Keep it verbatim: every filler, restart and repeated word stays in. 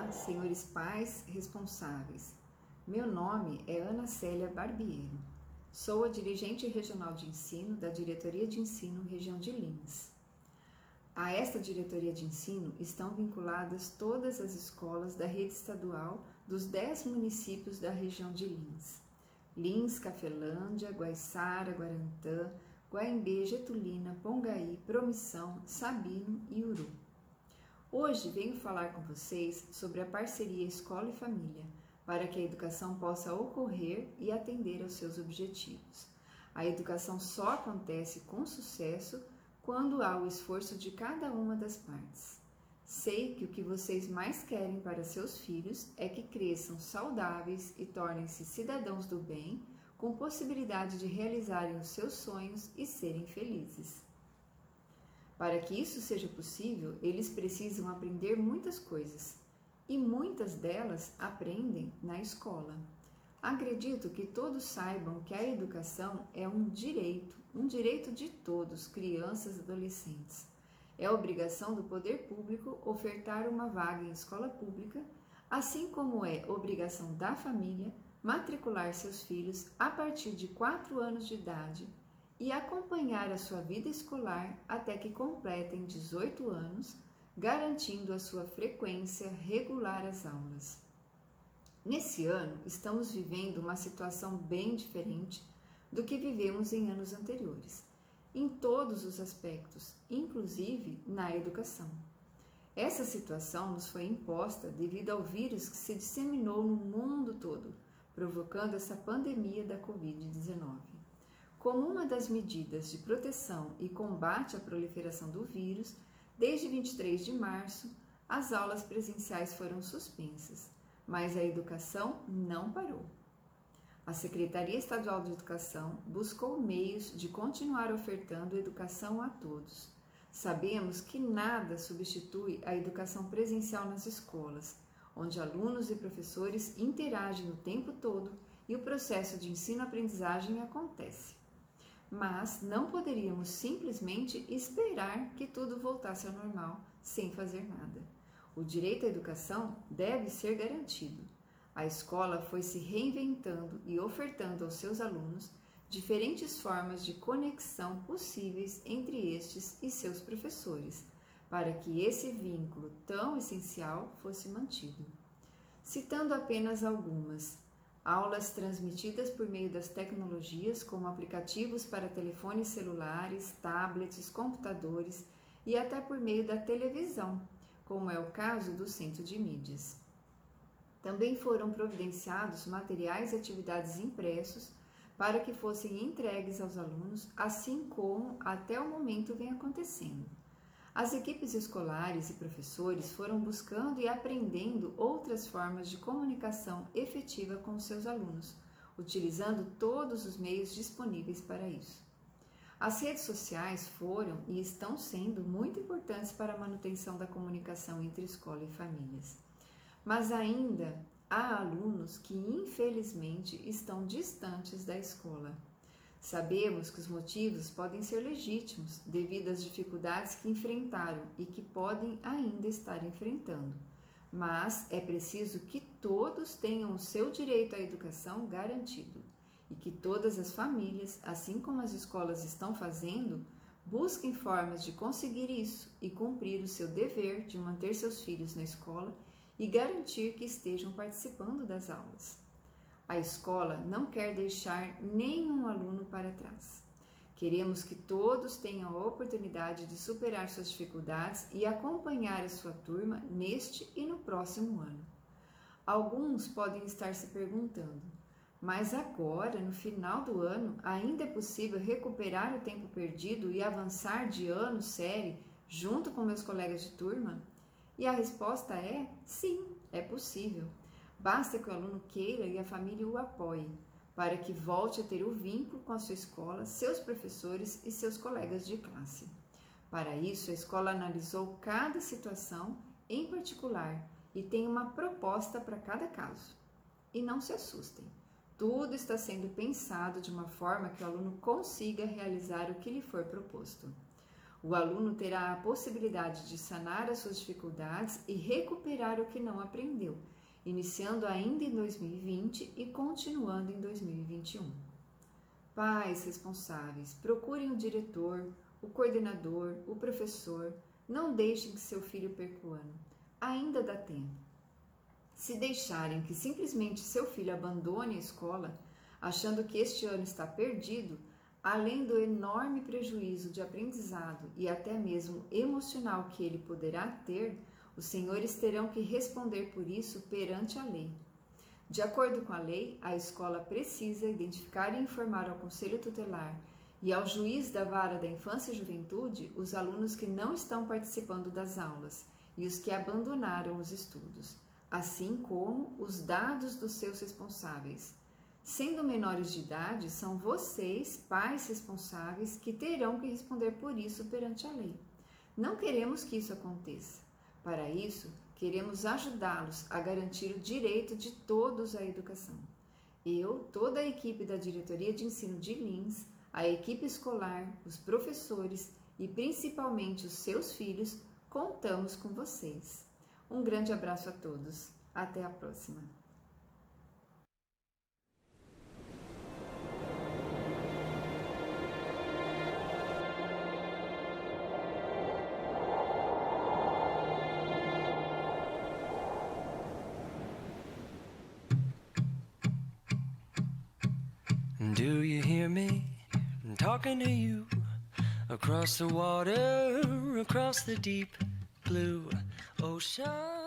Olá, senhores pais responsáveis. Meu nome é Ana Célia Barbiero. Sou a dirigente regional de ensino da Diretoria de Ensino Região de Lins. A esta diretoria de ensino estão vinculadas todas as escolas da rede estadual dos dez municípios da região de Lins. Lins, Cafelândia, Guaiçara, Guarantã, Guaimbê, Getulina, Pongaí, Promissão, Sabino e Uru. Hoje venho falar com vocês sobre a parceria Escola e Família, para que a educação possa ocorrer e atender aos seus objetivos. A educação só acontece com sucesso quando há o esforço de cada uma das partes. Sei que o que vocês mais querem para seus filhos é que cresçam saudáveis e tornem-se cidadãos do bem, com possibilidade de realizarem os seus sonhos e serem felizes. Para que isso seja possível, eles precisam aprender muitas coisas, e muitas delas aprendem na escola. Acredito que todos saibam que a educação é um direito, um direito de todos, crianças e adolescentes. É obrigação do poder público ofertar uma vaga em escola pública, assim como é obrigação da família matricular seus filhos a partir de quatro anos de idade e acompanhar a sua vida escolar até que completem dezoito anos, garantindo a sua frequência regular às aulas. Nesse ano, estamos vivendo uma situação bem diferente do que vivemos em anos anteriores, em todos os aspectos, inclusive na educação. Essa situação nos foi imposta devido ao vírus que se disseminou no mundo todo, provocando essa pandemia da covid dezenove. Como uma das medidas de proteção e combate à proliferação do vírus, desde vinte e três de março, as aulas presenciais foram suspensas, mas a educação não parou. A Secretaria Estadual de Educação buscou meios de continuar ofertando educação a todos. Sabemos que nada substitui a educação presencial nas escolas, onde alunos e professores interagem o tempo todo e o processo de ensino-aprendizagem acontece. Mas não poderíamos simplesmente esperar que tudo voltasse ao normal sem fazer nada. O direito à educação deve ser garantido. A escola foi se reinventando e ofertando aos seus alunos diferentes formas de conexão possíveis entre estes e seus professores, para que esse vínculo tão essencial fosse mantido. Citando apenas algumas: aulas transmitidas por meio das tecnologias, como aplicativos para telefones celulares, tablets, computadores e até por meio da televisão, como é o caso do Centro de Mídias. Também foram providenciados materiais e atividades impressos para que fossem entregues aos alunos, assim como até o momento vem acontecendo. As equipes escolares e professores foram buscando e aprendendo outras formas de comunicação efetiva com os seus alunos, utilizando todos os meios disponíveis para isso. As redes sociais foram e estão sendo muito importantes para a manutenção da comunicação entre escola e famílias. Mas ainda há alunos que, infelizmente, estão distantes da escola. Sabemos que os motivos podem ser legítimos devido às dificuldades que enfrentaram e que podem ainda estar enfrentando, mas é preciso que todos tenham o seu direito à educação garantido e que todas as famílias, assim como as escolas estão fazendo, busquem formas de conseguir isso e cumprir o seu dever de manter seus filhos na escola e garantir que estejam participando das aulas. A escola não quer deixar nenhum aluno para trás. Queremos que todos tenham a oportunidade de superar suas dificuldades e acompanhar a sua turma neste e no próximo ano. Alguns podem estar se perguntando: mas agora, no final do ano, ainda é possível recuperar o tempo perdido e avançar de ano série junto com meus colegas de turma? E a resposta é: sim, é possível. Basta que o aluno queira e a família o apoie, para que volte a ter o vínculo com a sua escola, seus professores e seus colegas de classe. Para isso, a escola analisou cada situação em particular e tem uma proposta para cada caso. E não se assustem, tudo está sendo pensado de uma forma que o aluno consiga realizar o que lhe for proposto. O aluno terá a possibilidade de sanar as suas dificuldades e recuperar o que não aprendeu, iniciando ainda em dois mil e vinte e continuando em dois mil e vinte e um. Pais responsáveis, procurem o diretor, o coordenador, o professor, não deixem que seu filho perca o ano. Ainda dá tempo. Se deixarem que simplesmente seu filho abandone a escola, achando que este ano está perdido, além do enorme prejuízo de aprendizado e até mesmo emocional que ele poderá ter, os senhores terão que responder por isso perante a lei. De acordo com a lei, a escola precisa identificar e informar ao Conselho Tutelar e ao juiz da Vara da Infância e Juventude os alunos que não estão participando das aulas e os que abandonaram os estudos, assim como os dados dos seus responsáveis. Sendo menores de idade, são vocês, pais responsáveis, que terão que responder por isso perante a lei. Não queremos que isso aconteça. Para isso, queremos ajudá-los a garantir o direito de todos à educação. Eu, toda a equipe da Diretoria de Ensino de Lins, a equipe escolar, os professores e principalmente os seus filhos, contamos com vocês. Um grande abraço a todos. Até a próxima. Do you hear me talking to you across the water, across the deep blue ocean?